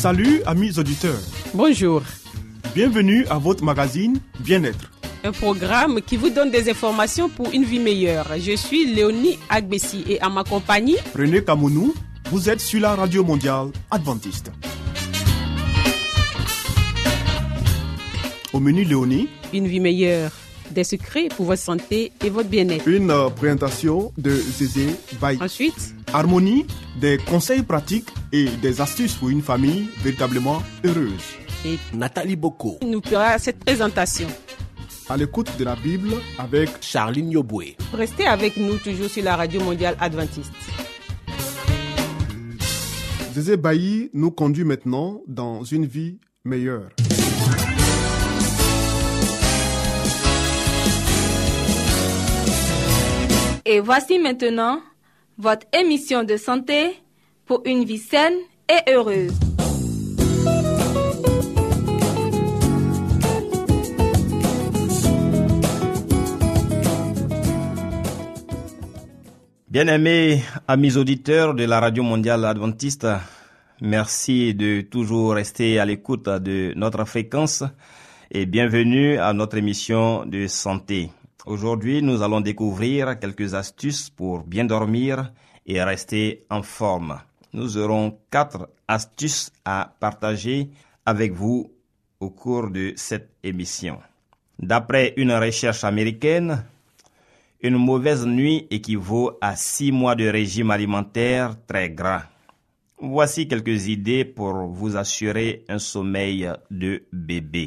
Salut amis auditeurs. Bonjour. Bienvenue à votre magazine Bien-être. Un programme qui vous donne des informations pour une vie meilleure. Je suis Léonie Agbessi et à ma compagnie, René Kamounou, vous êtes sur la radio mondiale adventiste. Au menu Léonie, une vie meilleure, des secrets pour votre santé et votre bien-être. Une présentation de Zézé Baye. Ensuite, Harmonie, des conseils pratiques et des astuces pour une famille véritablement heureuse. et Nathalie Boko, nous fera cette présentation. À l'écoute de la Bible avec Charline Yoboué. Restez avec nous toujours sur la radio mondiale adventiste. Zézé Baye nous conduit maintenant dans une vie meilleure. Et voici maintenant votre émission de santé pour une vie saine et heureuse. Bien-aimés amis auditeurs de la Radio Mondiale Adventiste, merci de toujours rester à l'écoute de notre fréquence et bienvenue à notre émission de santé. Aujourd'hui, nous allons découvrir quelques astuces pour bien dormir et rester en forme. Nous aurons 4 astuces à partager avec vous au cours de cette émission. D'après une recherche américaine, une mauvaise nuit équivaut à 6 mois de régime alimentaire très gras. Voici quelques idées pour vous assurer un sommeil de bébé.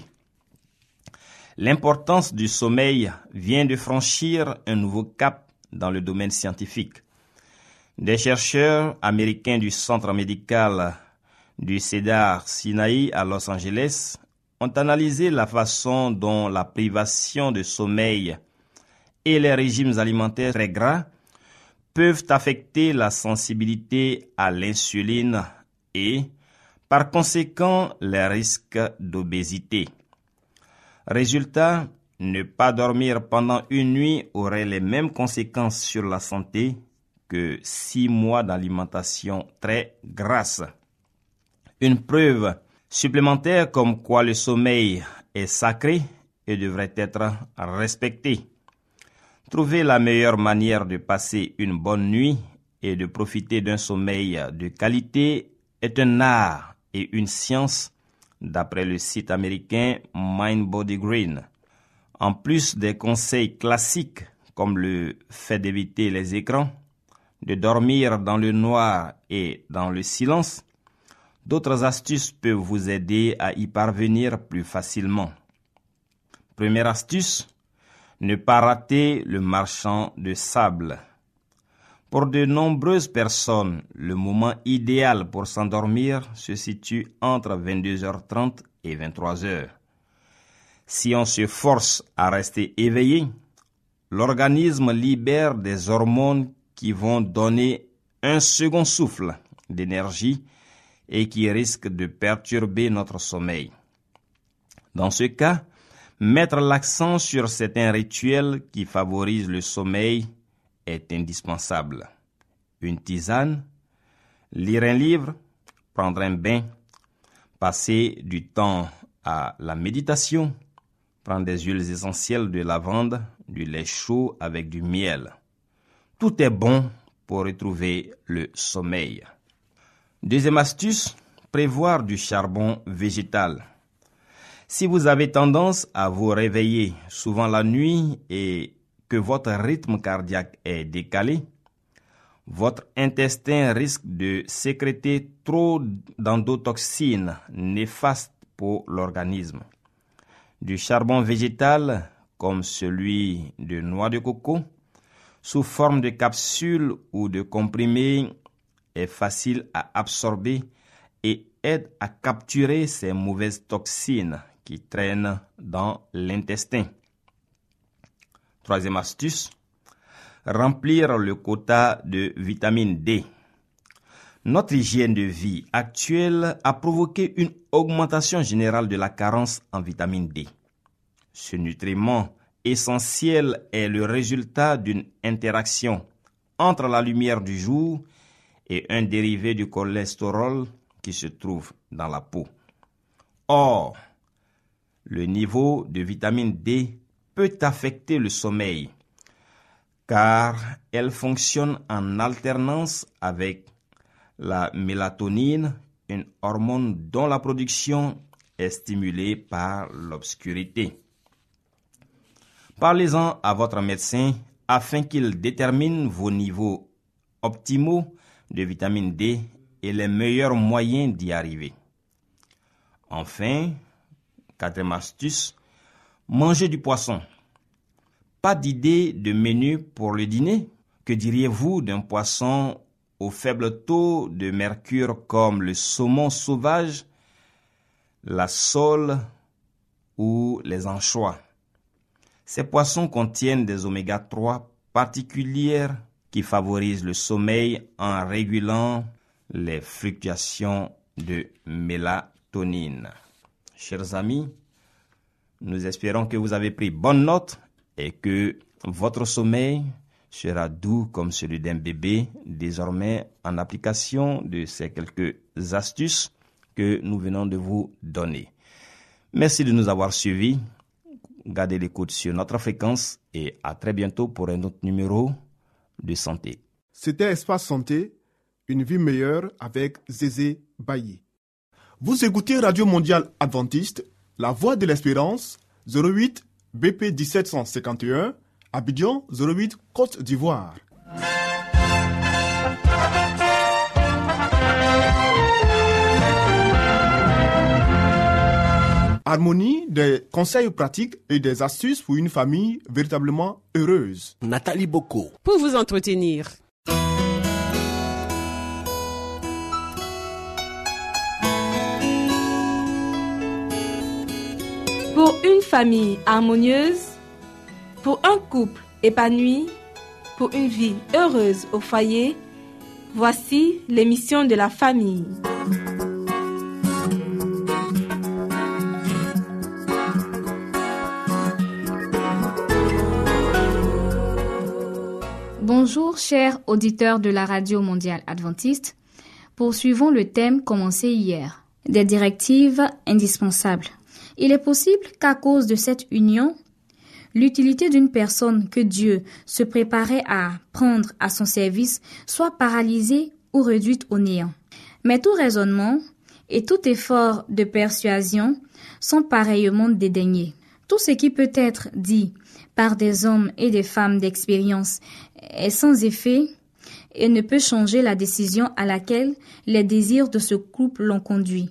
L'importance du sommeil vient de franchir un nouveau cap dans le domaine scientifique. Des chercheurs américains du centre médical du Cedar Sinai à Los Angeles ont analysé la façon dont la privation de sommeil et les régimes alimentaires très gras peuvent affecter la sensibilité à l'insuline et, par conséquent, les risques d'obésité. Résultat, ne pas dormir pendant une nuit aurait les mêmes conséquences sur la santé que 6 mois d'alimentation très grasse. Une preuve supplémentaire comme quoi le sommeil est sacré et devrait être respecté. Trouver la meilleure manière de passer une bonne nuit et de profiter d'un sommeil de qualité est un art et une science, d'après le site américain Mind Body Green. En plus des conseils classiques comme le fait d'éviter les écrans, de dormir dans le noir et dans le silence, d'autres astuces peuvent vous aider à y parvenir plus facilement. Première astuce, ne pas rater le marchand de sable. Pour de nombreuses personnes, le moment idéal pour s'endormir se situe entre 22h30 et 23h. Si on se force à rester éveillé, l'organisme libère des hormones qui vont donner un second souffle d'énergie et qui risquent de perturber notre sommeil. Dans ce cas, mettre l'accent sur certains rituels qui favorisent le sommeil est indispensable. Une tisane, lire un livre, prendre un bain, passer du temps à la méditation, prendre des huiles essentielles de lavande, du lait chaud avec du miel. Tout est bon pour retrouver le sommeil. Deuxième astuce, prévoir du charbon végétal. Si vous avez tendance à vous réveiller souvent la nuit et que votre rythme cardiaque est décalé, votre intestin risque de sécréter trop d'endotoxines néfastes pour l'organisme. Du charbon végétal, comme celui de noix de coco, sous forme de capsules ou de comprimés, est facile à absorber et aide à capturer ces mauvaises toxines qui traînent dans l'intestin. Troisième astuce, remplir le quota de vitamine D. Notre hygiène de vie actuelle a provoqué une augmentation générale de la carence en vitamine D. Ce nutriment essentiel est le résultat d'une interaction entre la lumière du jour et un dérivé du cholestérol qui se trouvent dans la peau. Or, le niveau de vitamine D peut affecter le sommeil, car elle fonctionne en alternance avec la mélatonine, une hormone dont la production est stimulée par l'obscurité. Parlez-en à votre médecin afin qu'il détermine vos niveaux optimaux de vitamine D et les meilleurs moyens d'y arriver. Enfin, 4e astuce, manger du poisson. Pas d'idée de menu pour le dîner? Que diriez-vous d'un poisson au faible taux de mercure comme le saumon sauvage, la sole ou les anchois? Ces poissons contiennent des oméga 3 particulières qui favorisent le sommeil en régulant les fluctuations de mélatonine. Chers amis, nous espérons que vous avez pris bonne note et que votre sommeil sera doux comme celui d'un bébé, désormais en application de ces quelques astuces que nous venons de vous donner. Merci de nous avoir suivis. Gardez l'écoute sur notre fréquence et à très bientôt pour un autre numéro de santé. C'était Espace Santé, une vie meilleure avec Zézé Bailly. Vous écoutez Radio Mondiale Adventiste, La Voix de l'Espérance, 08 BP 1751, Abidjan 08 Côte d'Ivoire. Harmonie, des conseils pratiques et des astuces pour une famille véritablement heureuse. Nathalie Boko. Pour vous entretenir. Pour une famille harmonieuse, pour un couple épanoui, pour une vie heureuse au foyer, voici l'émission de la famille. Bonjour chers auditeurs de la Radio Mondiale Adventiste. Poursuivons le thème commencé hier, des directives indispensables. Il est possible qu'à cause de cette union, l'utilité d'une personne que Dieu se préparait à prendre à son service soit paralysée ou réduite au néant. Mais tout raisonnement et tout effort de persuasion sont pareillement dédaignés. Tout ce qui peut être dit par des hommes et des femmes d'expérience est sans effet et ne peut changer la décision à laquelle les désirs de ce couple l'ont conduit.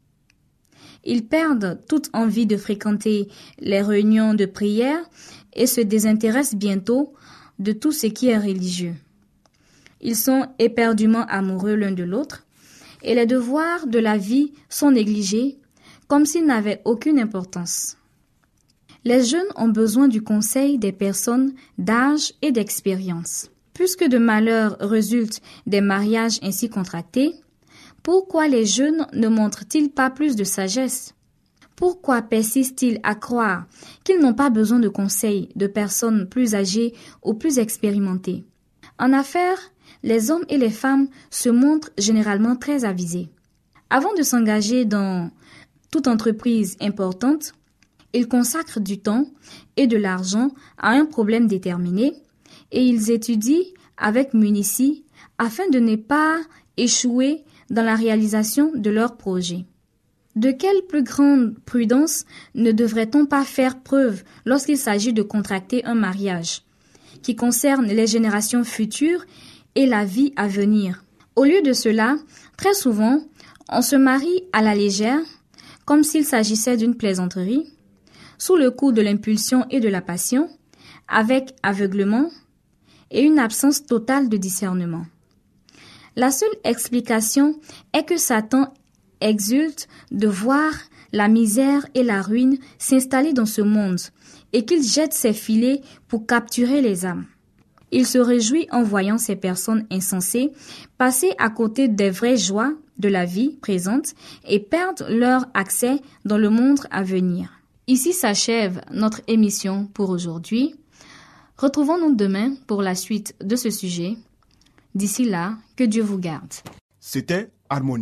Ils perdent toute envie de fréquenter les réunions de prière et se désintéressent bientôt de tout ce qui est religieux. Ils sont éperdument amoureux l'un de l'autre et les devoirs de la vie sont négligés comme s'ils n'avaient aucune importance. Les jeunes ont besoin du conseil des personnes d'âge et d'expérience. Puisque de malheurs résultent des mariages ainsi contractés, pourquoi les jeunes ne montrent-ils pas plus de sagesse? Pourquoi persistent-ils à croire qu'ils n'ont pas besoin de conseils de personnes plus âgées ou plus expérimentées? En affaires, les hommes et les femmes se montrent généralement très avisés. Avant de s'engager dans toute entreprise importante, ils consacrent du temps et de l'argent à un problème déterminé et ils étudient avec munitie afin de ne pas échouer dans la réalisation de leur projet. De quelle plus grande prudence ne devrait-on pas faire preuve lorsqu'il s'agit de contracter un mariage qui concerne les générations futures et la vie à venir? Au lieu de cela, très souvent, on se marie à la légère, comme s'il s'agissait d'une plaisanterie, sous le coup de l'impulsion et de la passion, avec aveuglement et une absence totale de discernement. La seule explication est que Satan exulte de voir la misère et la ruine s'installer dans ce monde et qu'il jette ses filets pour capturer les âmes. Il se réjouit en voyant ces personnes insensées passer à côté des vraies joies de la vie présente et perdre leur accès dans le monde à venir. Ici s'achève notre émission pour aujourd'hui. Retrouvons-nous demain pour la suite de ce sujet. D'ici là, que Dieu vous garde. C'était Harmonie.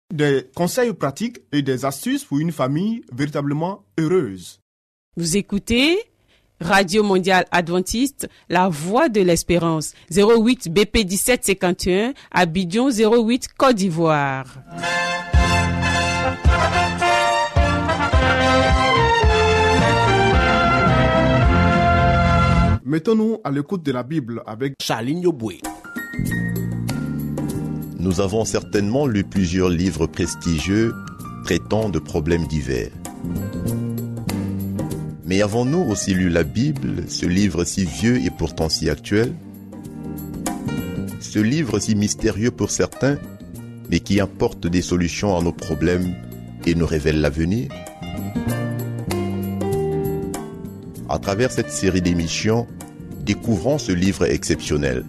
des conseils pratiques et des astuces pour une famille véritablement heureuse. Vous écoutez Radio Mondiale Adventiste, la voix de l'espérance, 08 BP 1751, Abidjan 08, Côte d'Ivoire. Mettons-nous à l'écoute de la Bible avec Charline Yoboué. Nous avons certainement lu plusieurs livres prestigieux traitant de problèmes divers. Mais avons-nous aussi lu la Bible, ce livre si vieux et pourtant si actuel? Ce livre si mystérieux pour certains, mais qui apporte des solutions à nos problèmes et nous révèle l'avenir? À travers cette série d'émissions, découvrons ce livre exceptionnel.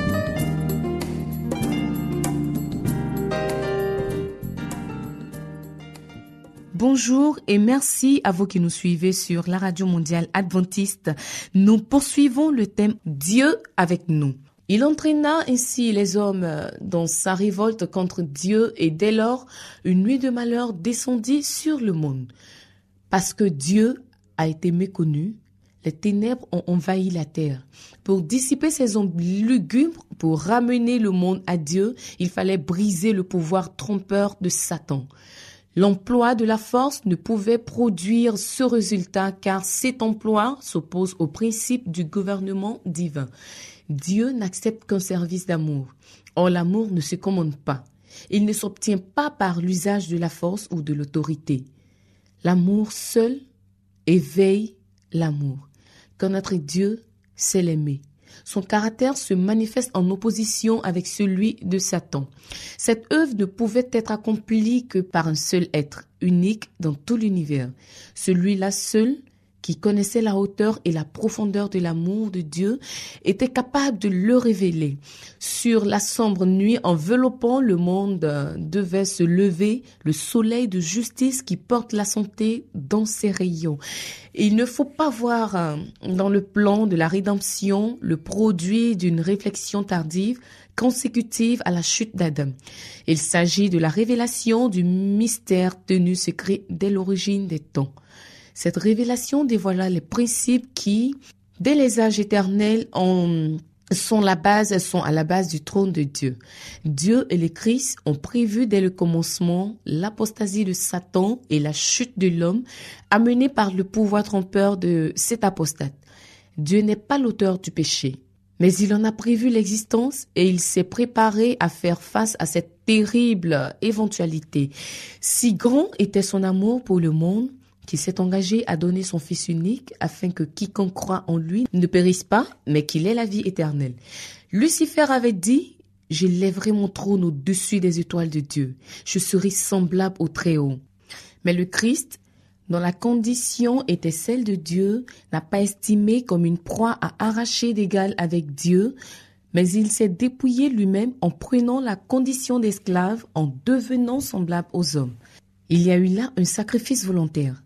Bonjour et merci à vous qui nous suivez sur la Radio Mondiale Adventiste. Nous poursuivons le thème « Dieu avec nous ». Il entraîna ainsi les hommes dans sa révolte contre Dieu et dès lors, une nuit de malheur descendit sur le monde. Parce que Dieu a été méconnu, les ténèbres ont envahi la terre. Pour dissiper ces hommes lugubres, pour ramener le monde à Dieu, il fallait briser le pouvoir trompeur de Satan. L'emploi de la force ne pouvait produire ce résultat car cet emploi s'oppose au principe du gouvernement divin. Dieu n'accepte qu'un service d'amour. Or, l'amour ne se commande pas. Il ne s'obtient pas par l'usage de la force ou de l'autorité. L'amour seul éveille l'amour. Connaître Dieu, c'est l'aimer. Son caractère se manifeste en opposition avec celui de Satan. Cette œuvre ne pouvait être accomplie que par un seul être, unique dans tout l'univers. Celui-là seul, qui connaissait la hauteur et la profondeur de l'amour de Dieu, était capable de le révéler. Sur la sombre nuit enveloppant le monde devait se lever le soleil de justice qui porte la santé dans ses rayons. Il ne faut pas voir dans le plan de la rédemption le produit d'une réflexion tardive consécutive à la chute d'Adam. Il s'agit de la révélation du mystère tenu secret dès l'origine des temps. Cette révélation dévoila les principes qui, dès les âges éternels, sont à la base du trône de Dieu. Dieu et le Christ ont prévu dès le commencement l'apostasie de Satan et la chute de l'homme amenée par le pouvoir trompeur de cet apostate. Dieu n'est pas l'auteur du péché, mais il en a prévu l'existence et il s'est préparé à faire face à cette terrible éventualité. Si grand était son amour pour le monde, qui s'est engagé à donner son Fils unique afin que quiconque croit en lui ne périsse pas, mais qu'il ait la vie éternelle. Lucifer avait dit « Je lèverai mon trône au-dessus des étoiles de Dieu. Je serai semblable au Très-Haut. » Mais le Christ, dont la condition était celle de Dieu, n'a pas estimé comme une proie à arracher d'égal avec Dieu, mais il s'est dépouillé lui-même en prenant la condition d'esclave, en devenant semblable aux hommes. Il y a eu là un sacrifice volontaire.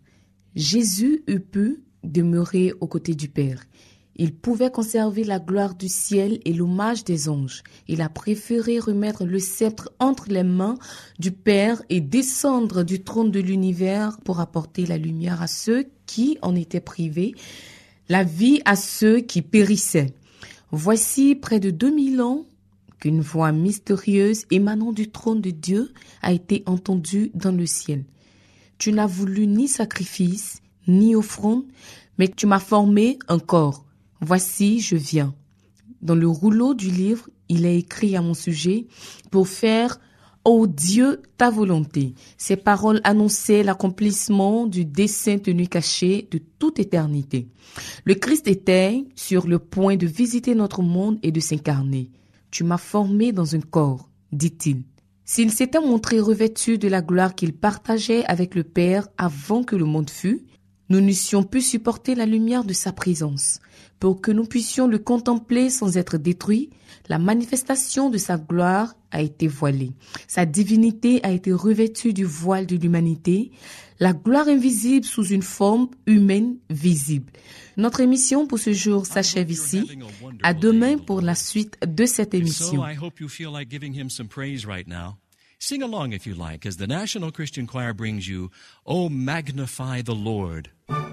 Jésus eût pu demeurer aux côtés du Père. Il pouvait conserver la gloire du ciel et l'hommage des anges. Il a préféré remettre le sceptre entre les mains du Père et descendre du trône de l'univers pour apporter la lumière à ceux qui en étaient privés, la vie à ceux qui périssaient. Voici près de 2000 ans qu'une voix mystérieuse émanant du trône de Dieu a été entendue dans le ciel. Tu n'as voulu ni sacrifice, ni offrande, mais tu m'as formé un corps. Voici, je viens. Dans le rouleau du livre, il est écrit à mon sujet pour faire « Ô Dieu, ta volonté ». Ces paroles annonçaient l'accomplissement du dessein tenu caché de toute éternité. Le Christ était sur le point de visiter notre monde et de s'incarner. « Tu m'as formé dans un corps », dit-il. S'il s'était montré revêtu de la gloire qu'il partageait avec le Père avant que le monde fût, nous n'eussions pu supporter la lumière de sa présence. Pour que nous puissions le contempler sans être détruits, la manifestation de sa gloire a été voilée. Sa divinité a été revêtue du voile de l'humanité, la gloire invisible sous une forme humaine visible. Notre émission pour ce jour s'achève ici. À demain pour la suite de cette émission. Sing along if you like as the National Christian Choir brings you, "Oh, Magnify the Lord."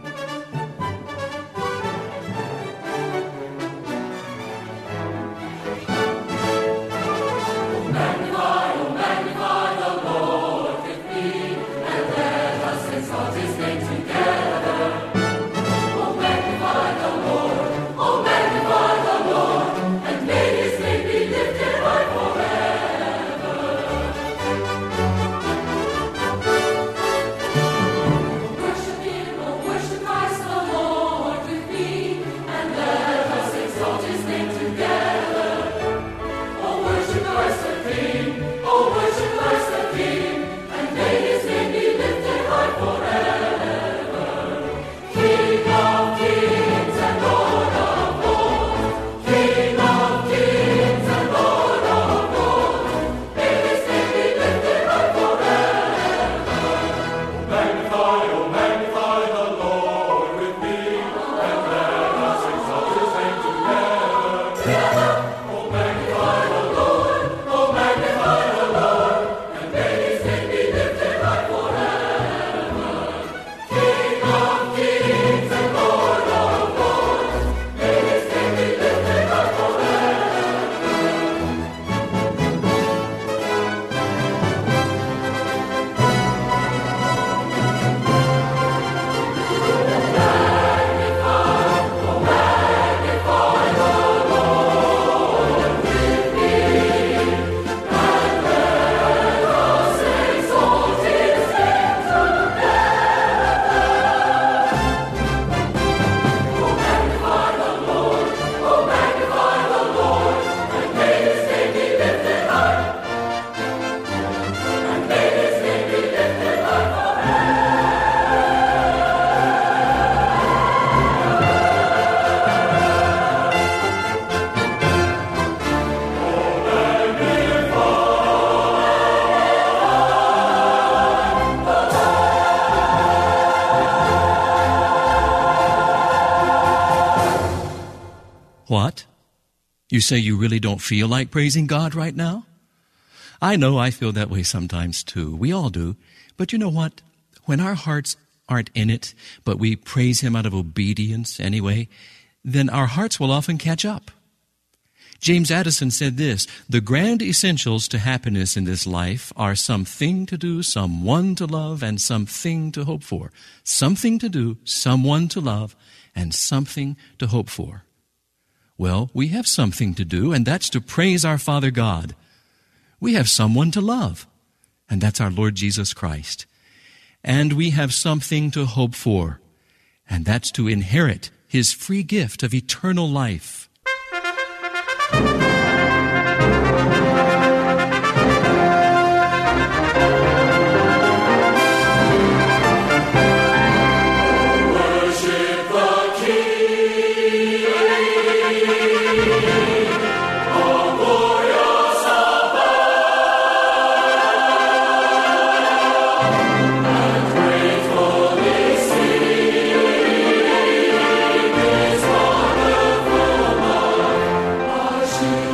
What? You say you really don't feel like praising God right now? I know I feel that way sometimes too. We all do. But you know what? When our hearts aren't in it, but we praise Him out of obedience anyway, then our hearts will often catch up. James Addison said this, "The grand essentials to happiness in this life are something to do, someone to love, and something to hope for." Something to do, someone to love, and something to hope for. Well, we have something to do, and that's to praise our Father God. We have someone to love, and that's our Lord Jesus Christ. And we have something to hope for, and that's to inherit His free gift of eternal life. Worship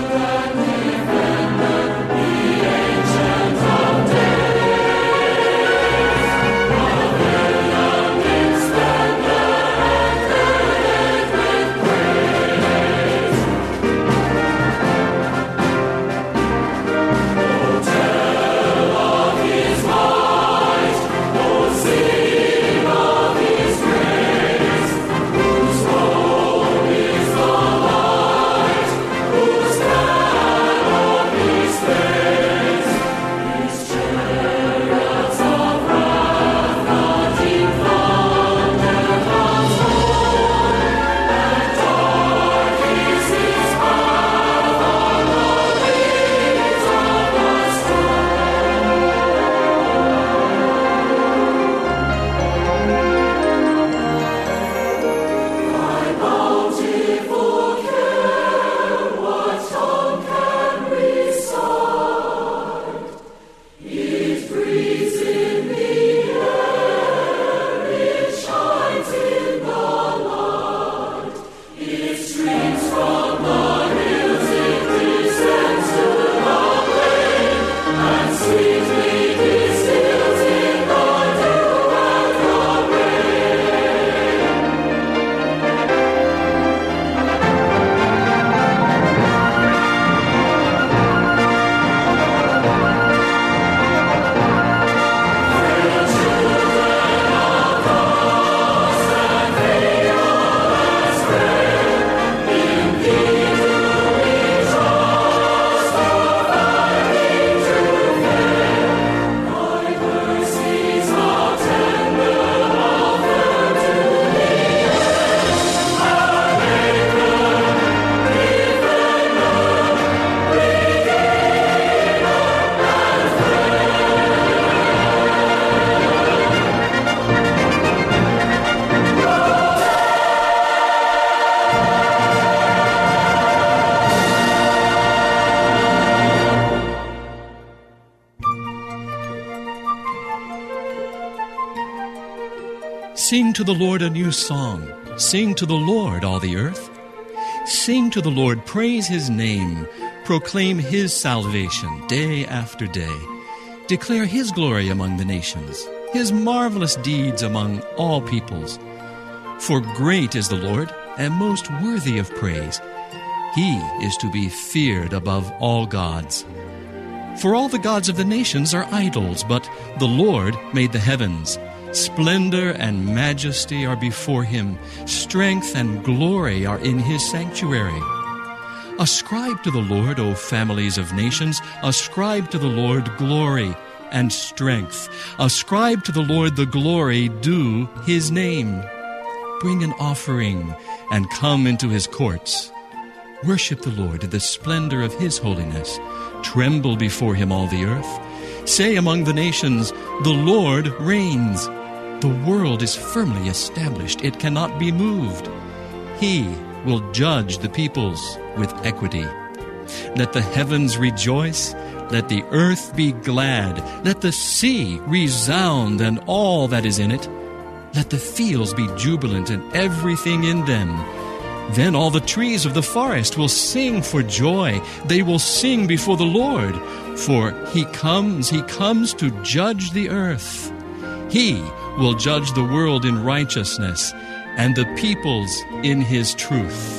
Sing to the Lord a new song. Sing to the Lord, all the earth. Sing to the Lord, praise his name. Proclaim his salvation day after day. Declare his glory among the nations, his marvelous deeds among all peoples. For great is the Lord, and most worthy of praise. He is to be feared above all gods. For all the gods of the nations are idols, but the Lord made the heavens. Splendor and majesty are before him. Strength and glory are in his sanctuary. Ascribe to the Lord, O families of nations. Ascribe to the Lord glory and strength. Ascribe to the Lord the glory due his name. Bring an offering and come into his courts. Worship the Lord in the splendor of his holiness. Tremble before him, all the earth. Say among the nations, the Lord reigns. The world is firmly established. It cannot be moved. He will judge the peoples with equity. Let the heavens rejoice. Let the earth be glad. Let the sea resound and all that is in it. Let the fields be jubilant and everything in them. Then all the trees of the forest will sing for joy. They will sing before the Lord, for he comes to judge the earth. He will judge the world in righteousness and the peoples in his truth.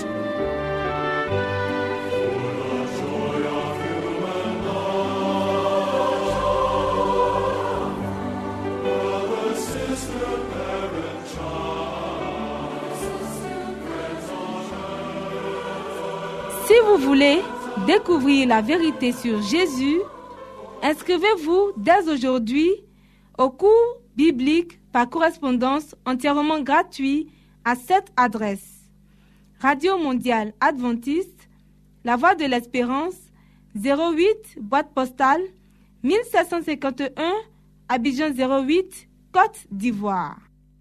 Si vous voulez découvrir la vérité sur Jésus, inscrivez-vous dès aujourd'hui au cours biblique par correspondance entièrement gratuit à cette adresse. Radio Mondiale Adventiste, La Voix de l'Espérance, 08, boîte postale, 1751, Abidjan 08, Côte d'Ivoire.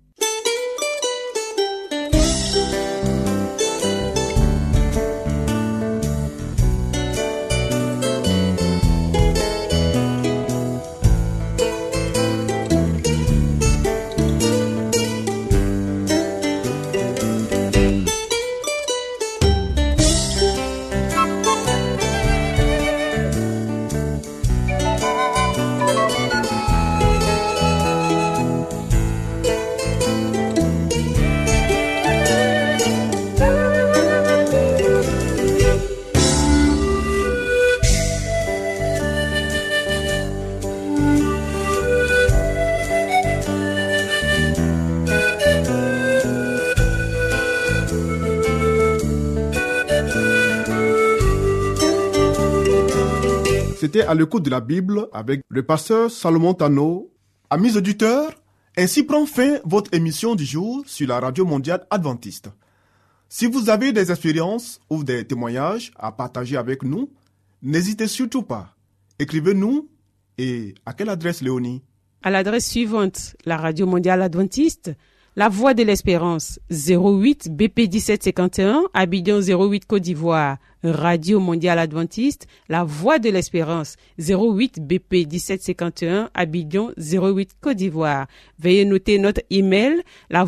C'était à l'écoute de la Bible avec le pasteur Salomon Tano. Amis auditeurs, ainsi prend fin votre émission du jour sur la Radio Mondiale Adventiste. Si vous avez des expériences ou des témoignages à partager avec nous, n'hésitez surtout pas. Écrivez-nous et à quelle adresse, Léonie? À l'adresse suivante, la Radio Mondiale Adventiste, La Voix de l'Espérance, 08 BP 1751, Abidjan 08 Côte d'Ivoire. Radio Mondiale Adventiste, La Voix de l'Espérance, 08 BP 1751, Abidjan 08 Côte d'Ivoire. Veuillez noter notre email,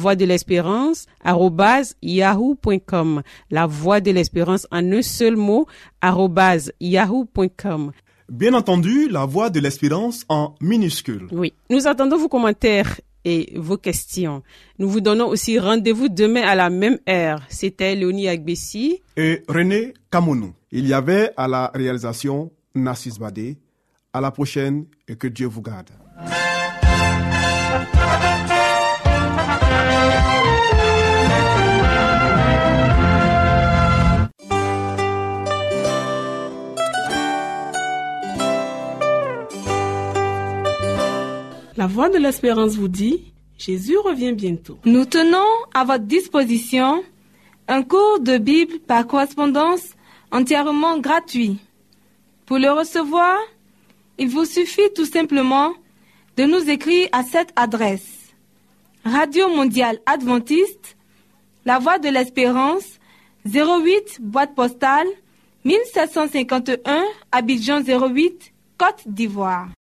lavoixdelespérance@yahoo.com. La Voix de l'Espérance en un seul mot, @yahoo.com. Bien entendu, La Voix de l'Espérance en minuscule. Oui, nous attendons vos commentaires et vos questions. Nous vous donnons aussi rendez-vous demain à la même heure. C'était Léonie Agbessi et René Kamounou. Il y avait à la réalisation Nassis Badé. À la prochaine et que Dieu vous garde. La Voix de l'Espérance vous dit, Jésus revient bientôt. Nous tenons à votre disposition un cours de Bible par correspondance entièrement gratuit. Pour le recevoir, il vous suffit tout simplement de nous écrire à cette adresse. Radio Mondiale Adventiste, La Voix de l'Espérance, 08, boîte postale, 1751, Abidjan 08, Côte d'Ivoire.